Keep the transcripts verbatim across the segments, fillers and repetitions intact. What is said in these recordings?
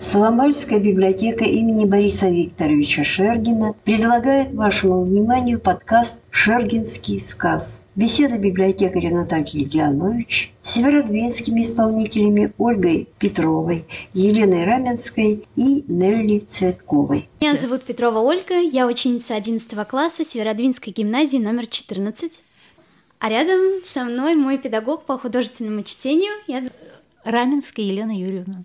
Соломбальская библиотека имени Бориса Викторовича Шергина предлагает вашему вниманию подкаст «Шергинский сказ». Беседа библиотекаря Натальи Леонович с северодвинскими исполнителями Ольгой Петровой, Еленой Раменской и Нелли Цветковой. Меня зовут Петрова Ольга, я ученица одиннадцатого класса Северодвинской гимназии номер четырнадцать. А рядом со мной мой педагог по художественному чтению. Я... Раменская Елена Юрьевна.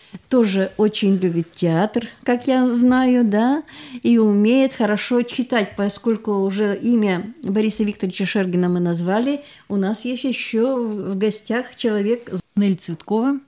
Тоже очень любит театр, как я знаю, да, и умеет хорошо читать, поскольку уже имя Бориса Викторовича Шергина мы назвали. У нас есть еще в гостях человек... Нелли Цветкова,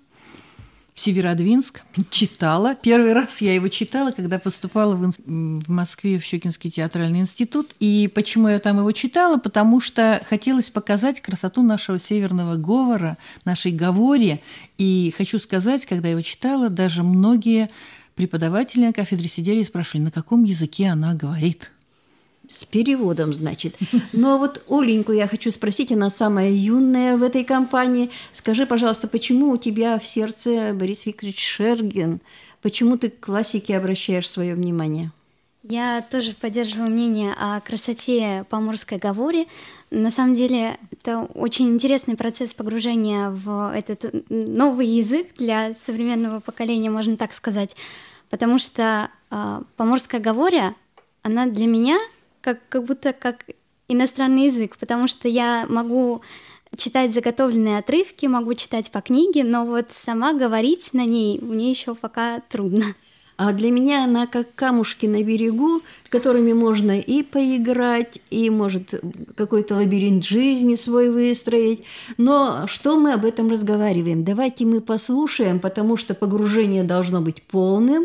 Северодвинск, читала. Первый раз я его читала, когда поступала в, в Москве в Щекинский театральный институт. И почему я там его читала? Потому что хотелось показать красоту нашего северного говора, нашей говоре. И хочу сказать, когда я его читала, даже многие преподаватели на кафедре сидели и спрашивали, на каком языке она говорит. С переводом, значит. Но вот Оленьку я хочу спросить, она самая юная в этой компании. Скажи, пожалуйста, почему у тебя в сердце Борис Викторович Шергин? Почему ты к классике обращаешь свое внимание? Я тоже поддерживаю мнение о красоте поморской говори. На самом деле, это очень интересный процесс погружения в этот новый язык для современного поколения, можно так сказать. Потому что э, поморская говоря, она для меня... Как, как будто как иностранный язык, потому что я могу читать заготовленные отрывки, могу читать по книге, но вот сама говорить на ней мне еще пока трудно. А для меня она как камушки на берегу, которыми можно и поиграть, и, может, какой-то лабиринт жизни свой выстроить. Но что мы об этом разговариваем? Давайте мы послушаем, потому что погружение должно быть полным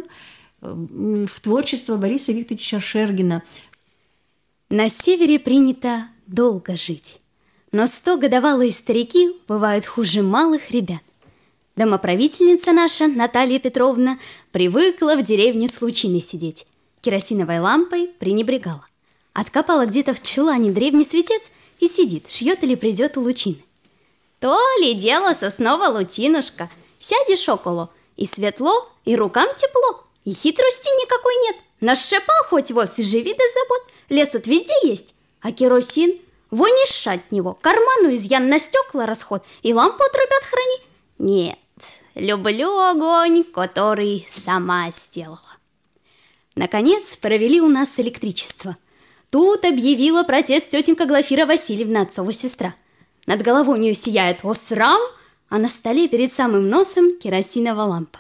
в творчество Бориса Викторовича Шергина. На севере принято долго жить, но стогодовалые старики бывают хуже малых ребят. Домоправительница наша, Наталья Петровна, привыкла в деревне с лучиной сидеть, керосиновой лампой пренебрегала. Откопала где-то в чулане древний светец и сидит, шьет или придет у лучины. То ли дело сосновая лучинушка, сядешь около, и светло, и рукам тепло, и хитрости никакой нет. На шепа хоть вовсе живи без забот. Лес тут везде есть, а керосин, вонишь от него, карману изъян, на стекла расход, и лампу отрубят, храни. Нет, люблю огонь, который сама сделала. Наконец провели у нас электричество. Тут объявила протест тетенька Глафира Васильевна, отцова сестра. Над головой у нее сияет осрам, а на столе перед самым носом керосиновая лампа.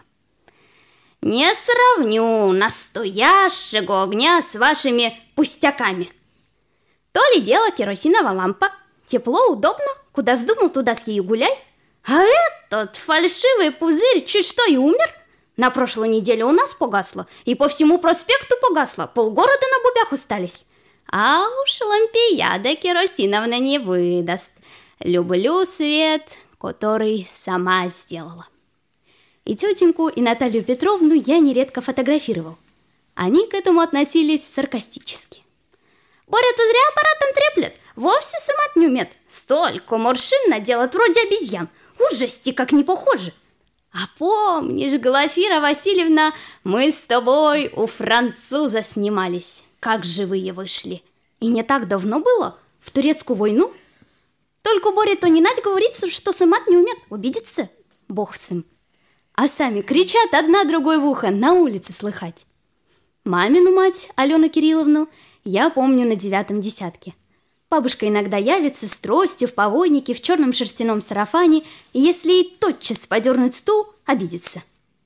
Не сравню настоящего огня с вашими пустяками. То ли дело керосиновая лампа. Тепло, удобно, куда сдумал, туда с ею гуляй. А этот фальшивый пузырь чуть что и умер. На прошлой неделе у нас погасло, и по всему проспекту погасло. Полгорода на бубях остались. А уж лампияда керосиновна не выдаст. Люблю свет, который сама сделала. И тетеньку, и Наталью Петровну я нередко фотографировал. Они к этому относились саркастически. Боря-то зря аппаратом треплет, вовсе сымать не умеет. Столько морщин наделает, вроде обезьян. Ужасти, как не похоже. А помнишь, Глафира Васильевна, мы с тобой у француза снимались. Как живые вышли. И не так давно было, в турецкую войну. Только Боря-то не надо говорить, что сымать не умеет. Убедится? Бог с ним. А сами кричат одна другой в ухо, на улице слыхать. Мамину мать, Алену Кирилловну, я помню на девятом десятке. Бабушка иногда явится с тростью в повойнике, в черном шерстяном сарафане, и если ей тотчас подернуть стул, обидится.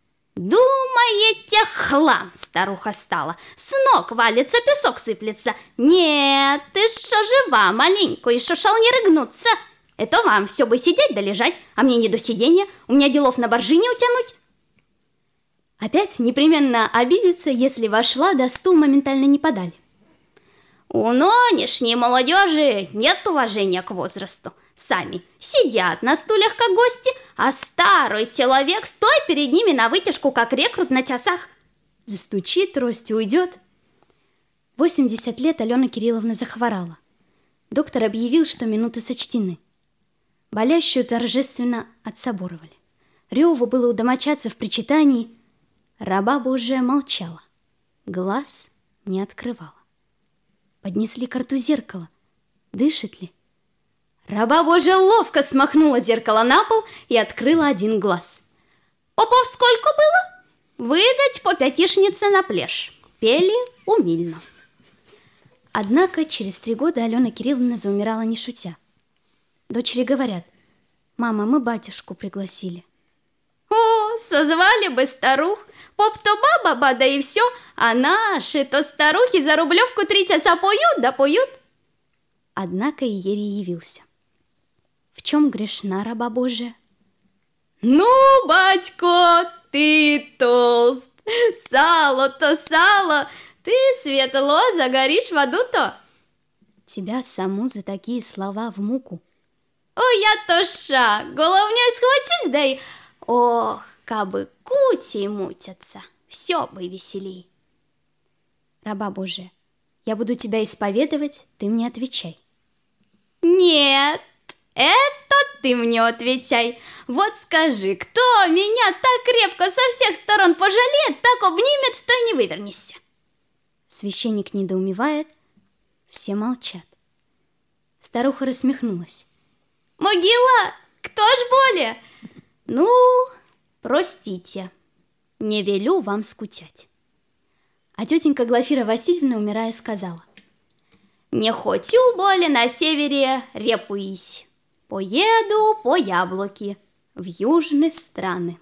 Думаете, хлам, старуха стала, с ног валится, песок сыплется. Нет, ты шо жива, маленько, и шо шал не рыгнуться. Это вам все бы сидеть да лежать, а мне не до сидения, у меня делов на боржине утянуть. Опять непременно обидится, если вошла, да стул моментально не подали. У нынешней молодежи нет уважения к возрасту. Сами сидят на стульях, как гости, а старый человек стоит перед ними на вытяжку, как рекрут на часах. Застучит, тростью уйдет. восемьдесят лет Алена Кирилловна захворала. Доктор объявил, что минуты сочтены. Болящую торжественно отсоборовали. Реву было у домочадцев в причитании. Раба Божия молчала, глаз не открывала. Поднесли к рту зеркало. Дышит ли? Раба Божия ловко смахнула зеркало на пол и открыла один глаз. Попов сколько было? Выдать по пятишнице на плешь. Пели умильно. Однако через три года Алена Кирилловна заумирала не шутя. Дочери говорят: «Мама, мы батюшку пригласили». О, созвали бы старух. Поп-то баба, да и все. А наши то старухи за рублевку тридцать поют, да поют. Однако иерей явился. В чем грешна раба Божия? Ну, батько, ты толст, сало-то сало, ты светло загоришь в аду-то. Тебя саму за такие слова в муку. О, я-то ша, головней схвачусь, да и... Ох, кабы кути мутятся, все бы веселей. Раба Божия, я буду тебя исповедовать, ты мне отвечай. Нет, это ты мне отвечай. Вот скажи, кто меня так крепко со всех сторон пожалеет, так обнимет, что и не вывернешься. Священник недоумевает, все молчат. Старуха рассмехнулась. Могила, кто ж более? Ну, простите, не велю вам скучать. А тетенька Глафира Васильевна, умирая, сказала: не хочу более на севере репу есть. Поеду по яблоки в южные страны.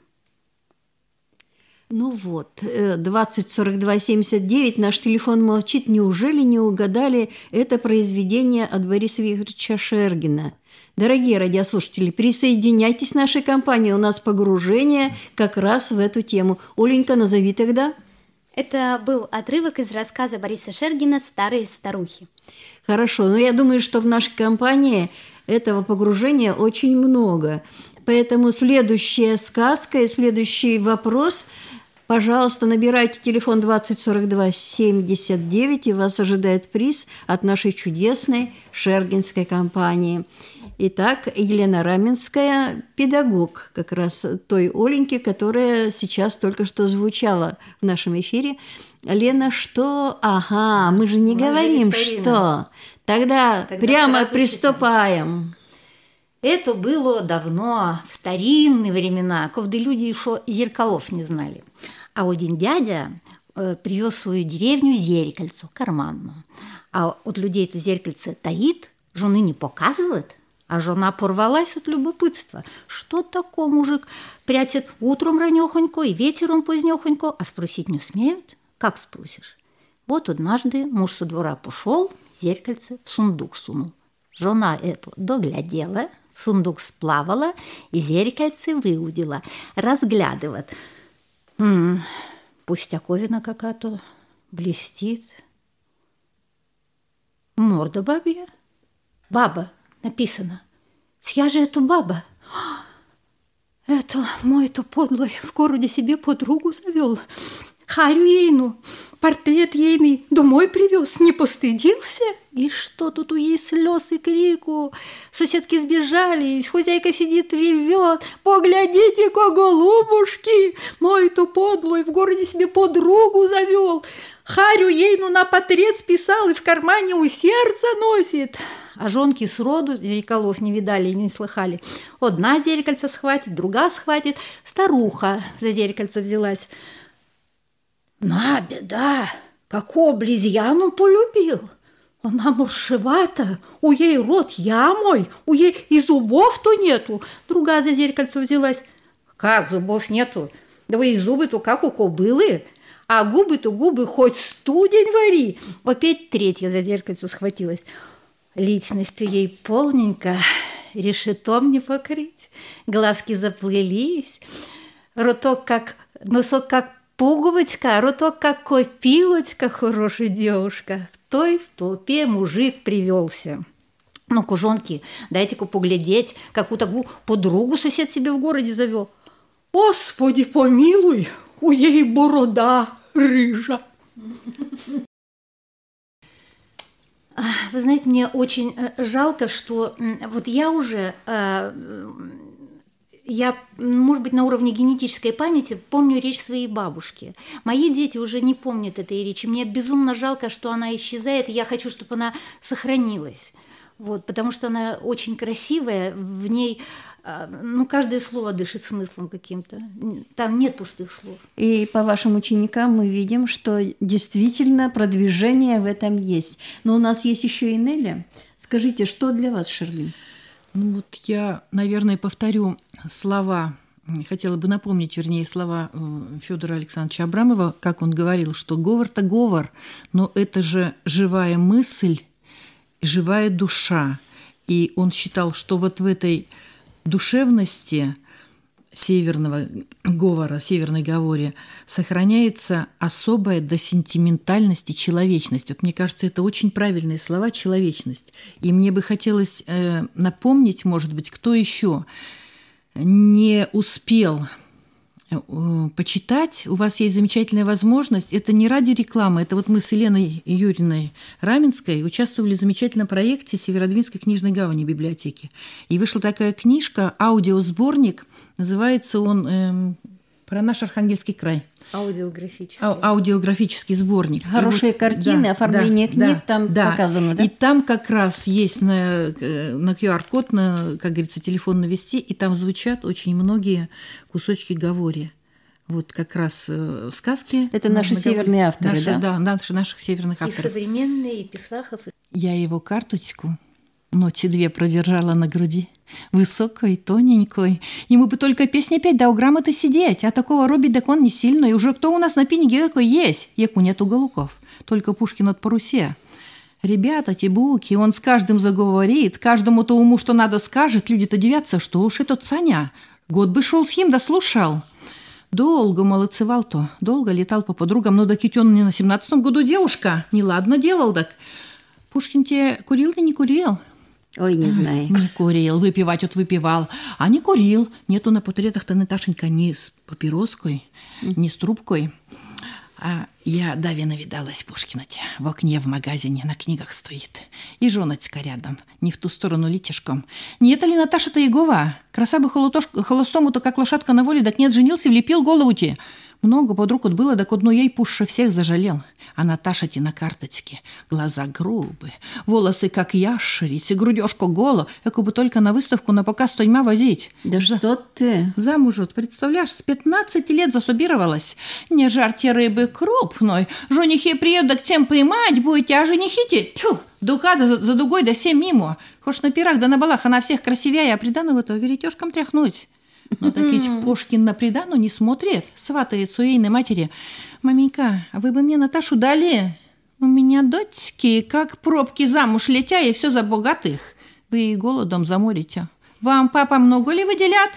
Ну вот, двадцать сорок два семьдесят девять, наш телефон молчит. Неужели не угадали это произведение от Бориса Викторовича Шергина? Дорогие радиослушатели, присоединяйтесь к нашей компании. У нас погружение как раз в эту тему. Оленька, назови тогда. Это был отрывок из рассказа Бориса Шергина «Старые старухи». Хорошо, но я думаю, что в нашей компании этого погружения очень много. Поэтому следующая сказка и следующий вопрос. Пожалуйста, набирайте телефон двадцать сорок два семьдесят девять, и вас ожидает приз от нашей чудесной шергинской компании. Итак, Елена Раменская, педагог как раз той Оленьки, которая сейчас только что звучала в нашем эфире. Лена, что? Ага, мы же не мы говорим, же что. Тогда, Тогда прямо приступаем. Это было давно, в старинные времена, когда люди еще зеркалов не знали. А один дядя э, привез в свою деревню зеркальце карманную. А от людей это зеркальце таит, жены не показывает. А жена порвалась от любопытства. Что такое мужик прячет утром ранехонько и вечером позднехонько, а спросить не смеют? Как спросишь? Вот однажды муж со двора пошел, зеркальце в сундук сунул. Жена эту доглядела, в сундук сплавала и зеркальце выудила. Разглядывает. М-м, пустяковина какая-то, блестит. Морда бабья. Баба. Написано: «Чья же это баба?» «Это мой-то подлой в городе себе подругу завел. Харю ейну, портрет ейный домой привез, не постыдился. И что тут у ей слез и крику? Соседки сбежались, хозяйка сидит, ревет. Поглядите-ка, голубушки, мой-то подлой в городе себе подругу завел. Харю ейну на портрет списал и в кармане у сердца носит». А жонки сроду зеркалов не видали и не слыхали. Одна зеркальце схватит, другая схватит. Старуха за зеркальце взялась. На, беда, как облизьяну полюбил. Она муршевата, у ей рот ямой, у ей и зубов-то нету. Другая за зеркальце взялась. Как зубов нету? Да вы и зубы-то как у кобылы. А губы-то губы хоть студень вари. Опять третья за зеркальце схватилась. Личность у ей полненько, решетом не покрыть. Глазки заплылись, роток как, носок как пуговочка, роток как копилочка, хорошая девушка. В той в толпе мужик привелся. Ну, кужонки, дайте-ка поглядеть, какую такую подругу сосед себе в городе завел. Господи помилуй, у ей борода рыжа. Вы знаете, мне очень жалко, что вот я уже э, я, может быть, на уровне генетической памяти помню речь своей бабушки. Мои дети уже не помнят этой речи. Мне безумно жалко, что она исчезает, и я хочу, чтобы она сохранилась. Вот, потому что она очень красивая, в ней, ну, каждое слово дышит смыслом каким-то. Там нет пустых слов. И по вашим ученикам мы видим, что действительно продвижение в этом есть. Но у нас есть еще и Неля. Скажите, что для вас, Шерлин? Ну вот я, наверное, повторю слова, хотела бы напомнить, вернее, слова Федора Александровича Абрамова, как он говорил, что говор-то говор, но это же живая мысль, живая душа. И он считал, что вот в этой душевности северного говора, северной говоре сохраняется особая досентиментальность и человечность. Вот мне кажется, это очень правильные слова «человечность». И мне бы хотелось э, напомнить, может быть, кто еще не успел э, почитать. У вас есть замечательная возможность. Это не ради рекламы. Это вот мы с Еленой Юрьевной Раменской участвовали в замечательном проекте Северодвинской книжной гавани библиотеки. И вышла такая книжка, аудиосборник. Называется он э, «Про наш Архангельский край». Аудиографический. А, аудиографический сборник. Хорошие вот, картины, да, оформление да, книг да, там да. показано, да? И там как раз есть на, на ку ар-код, на, как говорится, телефон навести, и там звучат очень многие кусочки говори. Вот как раз э, сказки. Это наши наговорили. Северные авторы, наши, да? Да, наши, наших северных авторов. И современные, и Писахов. Я его карточку ночи две продержала на груди. Высокой, тоненькой. Ему бы только песни петь, да у грамоты сидеть. А такого робить так он не сильно. И уже кто у нас на пиниге какой есть? Яку нету голуков. Только Пушкин от парусе. Ребята, тибуки, он с каждым заговорит, каждому-то уму, что надо, скажет. Люди-то дивятся, что уж этот Саня. Год бы шел с ним, да слушал. Долго молодцевал-то, долго летал по подругам. Но да кить он не на семнадцатом году девушка. Неладно делал, так. Пушкин тебе курил или не курил? Ой, не знаю. Не курил, выпивать вот выпивал. А не курил. Нету на портретах-то, Наташенька, ни с папироской, ни с трубкой. А я даве навидалась Пушкина-те. В окне в магазине на книгах стоит. И жоночка рядом, не в ту сторону литишком. Не это ли Наташа-то Егова? Краса бы холостому-то, как лошадка на воле, так нет, женился, влепил голову-те. Много подруг от было, так одну ей пуще всех зажалел. А Наташа-те на карточке. Глаза грубые, волосы как ящерицы, грудёшко голо, яку бы только на выставку на показ тоньма возить. Да За... что ты? Замуж, представляешь, с пятнадцати лет засобировалась. Не жарьте рыбы крупной. Женихи приедут, к тем примать будете, а женихи-те, тьфу, духа за, за дугой, да все мимо. Хошь на пирах да на балах, она всех красивее, а приданого-то веретёшком тряхнуть. Но такие Пушкин на придану не смотрит, сватается у ейной матери. Маменька, а вы бы мне Наташу дали? У меня дочки, как пробки замуж летя, и все за богатых. Вы и голодом заморите. Вам папа много ли выделят?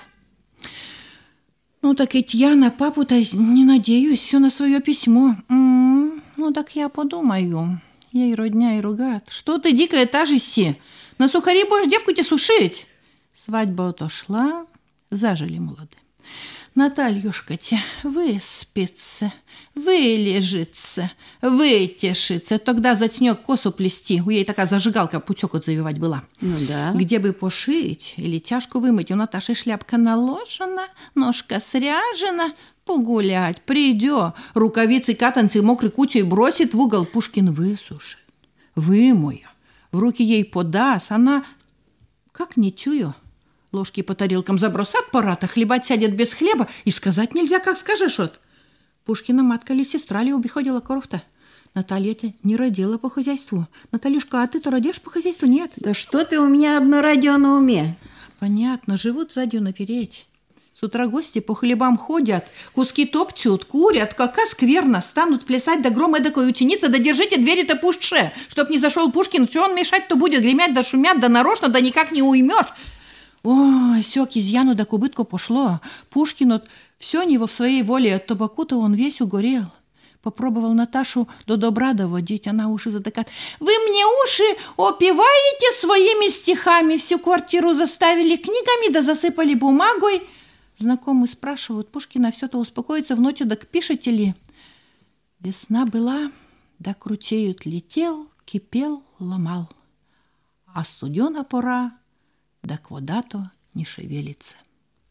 Ну, так ведь я на папу-то не надеюсь, все на свое письмо. М-м, ну, так я подумаю. Ей родня и ругат. Что ты, дикая та же си? На сухари будешь девку-те сушить? Свадьба отошла. Зажили молоды. Натальюшка-те, выспится, вылежится, вытешится. Тогда затнёк косу плести. У ей такая зажигалка путёк отзавивать была. Ну да. Где бы пошить или тяжку вымыть. У Наташи шляпка наложена, ножка сряжена. Погулять, придё. Рукавицы, катанцы, мокрый кутю и бросит в угол. Пушкин высушит, вымоя. В руки ей подаст. Она как не чую. Ложки по тарелкам забросат пората, хлебать сядет без хлеба, и сказать нельзя, как скажешь вот. Пушкина матка ли сестра ли обиходила коров-то? Наталья-то не родила по хозяйству. Натальюшка, а ты-то родишь по хозяйству? Нет. Да что ты, у меня одно радио на уме. Понятно, живут сзади напереть. С утра гости по хлебам ходят, куски топчут, курят, кака скверно, станут плясать, да гром эдакой ученица, да держите двери-то пуще, чтоб не зашел Пушкин, что он мешать-то будет, гремять да шумят, да нарочно, да никак не уймешь. Ой, сё к изъяну да к убытку пошло. Пушкин все не во своей воле, от табаку-то он весь угорел. Попробовал Наташу до добра доводить, она уши затыкает. Вы мне уши опеваете своими стихами, всю квартиру заставили книгами да засыпали бумагой. Знакомые спрашивают Пушкина, все-то успокоится в ночи, так пишете ли? Весна была, да крутеют летел, кипел, ломал. А студена пора, так вода-то не шевелится.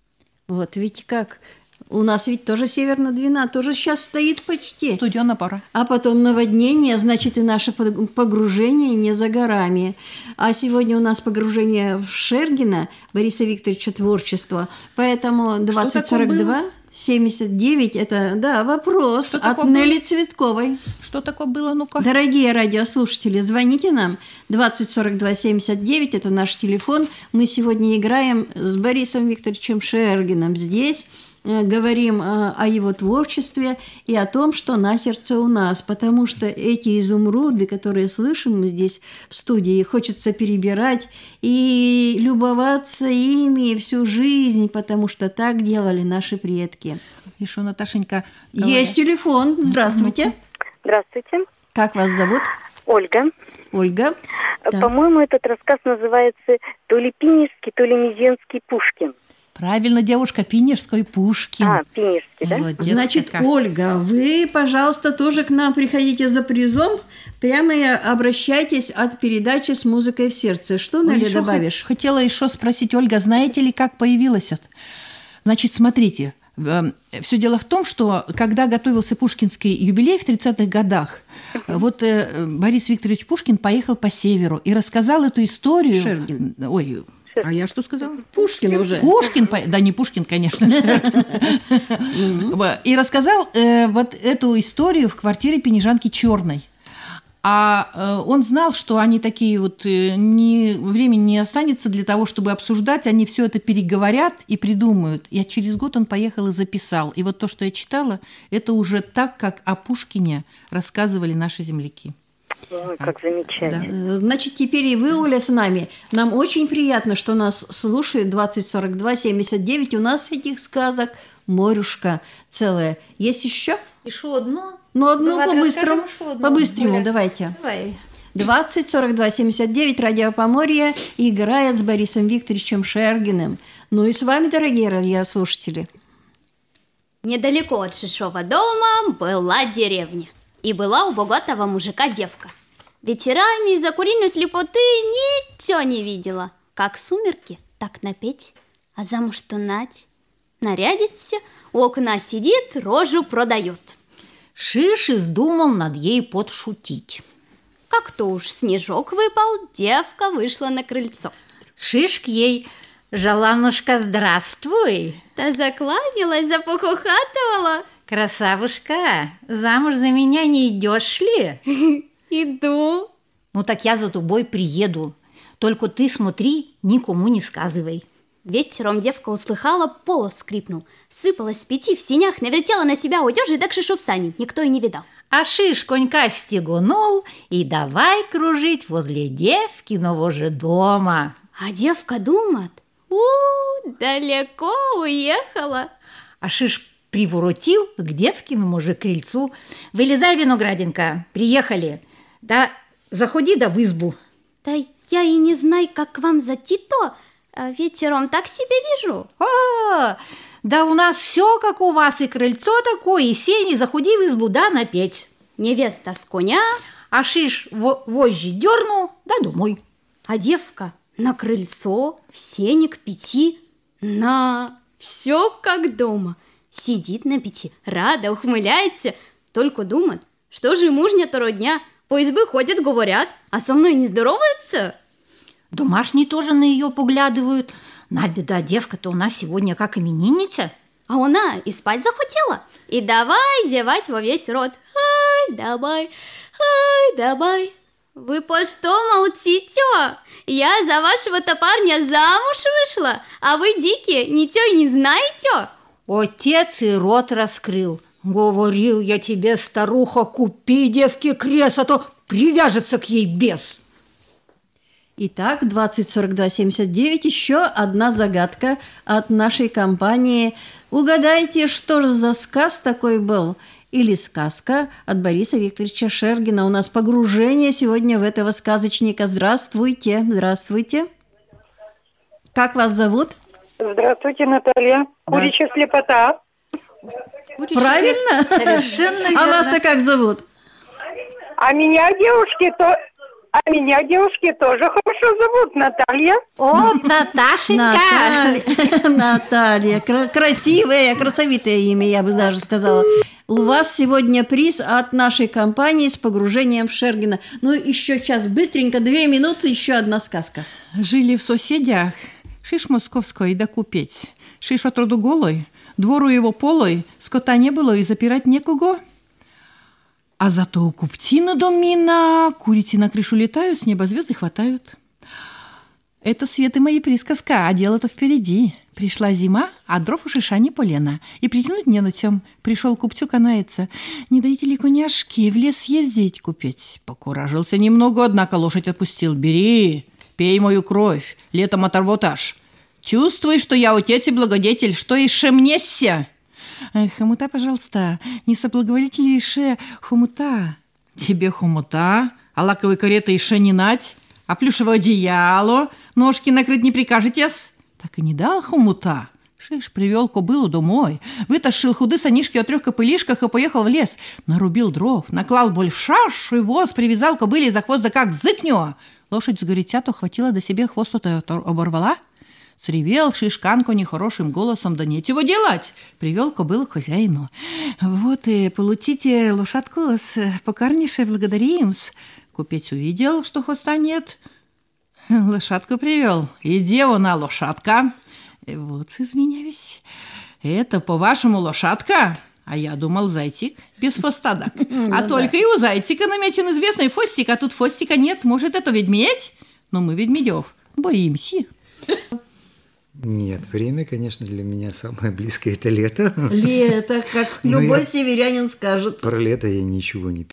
Вот, видите как. У нас ведь тоже Северная Двина, тоже сейчас стоит почти. Студена пора. А потом наводнение, значит, и наше погружение не за горами. А сегодня у нас погружение в Шергина, Бориса Викторовича творчество. Поэтому двадцать сорок два семьдесят девять – это, да, вопрос Что от Нелли Цветковой. Что такое было, ну-ка? Дорогие радиослушатели, звоните нам. двадцать сорок два семьдесят девять – это наш телефон. Мы сегодня играем с Борисом Викторовичем Шергиным здесь. Говорим о его творчестве и о том, что на сердце у нас, потому что эти изумруды, которые слышим мы здесь в студии, хочется перебирать и любоваться ими всю жизнь, потому что так делали наши предки. И что, Наташенька? Есть телефон. Здравствуйте. Здравствуйте. Как вас зовут? Ольга. Ольга. Да. По-моему, этот рассказ называется то ли Пинежский, то ли Мизенский Пушкин. Правильно, девушка, Пинежской Пушкин. А, Пинежский, да? Молодец, Значит, какая. Ольга, вы, пожалуйста, тоже к нам приходите за призом. Прямо и обращайтесь от передачи «С музыкой в сердце». Что, Наля, Еще добавишь? х- Хотела еще спросить, Ольга, знаете ли, как появилась это? Значит, смотрите, все дело в том, что когда готовился пушкинский юбилей в тридцатых годах, вот э, Борис Викторович Пушкин поехал по северу и рассказал эту историю. Шергин. Ой, а я что сказала? Пушкин уже. Пушкин, по- да не Пушкин, конечно. И рассказал э, вот эту историю в квартире Пинежанки Черной. А э, он знал, что они такие вот, э, не, времени не останется для того, чтобы обсуждать, они все это переговорят и придумают. И через год он поехал и записал. И вот то, что я читала, это уже так, как о Пушкине рассказывали наши земляки. Ой, как замечательно. Значит, теперь и вы, Оля, с нами. Нам очень приятно, что нас слушает двадцать сорок два семьдесят девять. У нас этих сказок морюшка целая. Есть еще? Еще одно? Ну, одну Давай по-быстрому. расскажем еще одну. По-быстрому, Оля, давайте. Давай. двадцать сорок два семьдесят девять, радио Поморье, играет с Борисом Викторовичем Шергиным. Ну и с вами, дорогие радиослушатели. Недалеко от Шишова дома была деревня. И была у богатого мужика девка. Ветерами из-за куриной слепоты ничего не видела. Как сумерки, так напеть. А замуж что нать? Нарядится, у окна сидит, рожу продает. Шиш издумал над ей подшутить. Как-то уж снежок выпал, девка вышла на крыльцо. Шиш к ей: «Жаланушка, здравствуй!» Та закланялась, запохохатывала. «Красавушка, замуж за меня не идешь ли?» Иду. «Ну так я за тобой приеду. Только ты смотри, никому не сказывай». Вечером девка услыхала, полос скрипнул. Сыпалась с пяти в синях, навертела на себя одежды, да к Шишу в сани. Никто и не видал. А Шиш конька стегунул и давай кружить возле девкиного же дома. А девка думает: у, далеко уехала. А Шиш приворотил к девкиному же крыльцу: «Вылезай, виноградинка, приехали. Да заходи да в избу». Да я и не знаю, как к вам зайти-то, а вечером так себе вижу. «А, да у нас все как у вас, и крыльцо такое, и сени, заходи в избу, да напеть». Невеста с коня, А Шиш во- вожжи дернул, да домой. а девка на крыльцо, в сене к пяти, на все как дома. Сидит на пяти, рада, ухмыляется, только думает, что же мужня второго дня по избы ходят, говорят, а со мной не здороваются. Домашние тоже на ее поглядывают. На беда, девка-то у нас сегодня как именинница. А она и спать захотела, и давай зевать во весь рот. Ай, давай, ай, давай. Вы по что молчите? Я за вашего-то парня замуж вышла, а вы дикие, ничего и не знаете? Отец и рот раскрыл. Говорил я тебе, старуха, купи девке крест, а то привяжется к ей бес. Итак, двадцать сорок два семьдесят девять, еще одна загадка от нашей компании. Угадайте, что же за сказ такой был? Или сказка от Бориса Викторовича Шергина. У нас погружение сегодня в этого сказочника. Здравствуйте, здравствуйте. Как вас зовут? Здравствуйте, Наталья. Куричья слепота. Правильно? Совершенно А верно. вас-то как зовут? А меня, девушки, то... А меня девушки тоже хорошо зовут, Наталья. О, Наташенька! Наталья, Наталья, кра- красивое, красовитое имя, я бы даже сказала. У вас сегодня приз от нашей компании с погружением в Шергина. Ну, еще сейчас, быстренько, две минуты, еще одна сказка. Жили в соседях шиш московской да купець. Шиш от роду голой, двору его полой, скота не было и запирать некого. А зато у купцина домина курицы на крышу летают, с неба звезды хватают. Это, Светы мои, присказка, а дело-то впереди. Пришла зима, а дров у шиша не полено. И притянуть не на тем. Пришел к купцу канается. Не даете ли коняшки в лес ездить купить? Покуражился немного, однако лошадь отпустил. Бери, пей мою кровь, летом оторвотаж. Чувствуй, что я отец и благодетель, что и шемнесся. Хомута, пожалуйста, не соблаговолите ли ише хомута? Тебе хомута, а лаковой кареты ише не нать, а плюшевое одеяло ножки накрыть не прикажете-с? Так и не дал хомута. Шиш привел кобылу домой, вытащил худы санишки о трех копылишках и поехал в лес. Нарубил дров, наклал большаший воз, привязал кобыле за хвост, да как зыкню. Лошадь с горячату хватила до себе хвост-то оборвала. Сревел Шишканку нехорошим голосом, да нечего делать. Привел кобылу к хозяину. Вот и получите лошадку-с, покорнейше благодарим-с. Купец увидел, что хвоста нет. Лошадку привел. Иди вона, лошадка. Вот, извиняюсь. Это, по-вашему, лошадка? А я думал, зайчик без хвоста, так. А только и у зайчика наметен известный хвостик, а тут хвостика нет. Может, это ведмедь? Но мы ведмедев боимся. Нет, время, конечно, для меня самое близкое – это лето. Лето, как Ну, любой я- северянин скажет. Про лето я ничего не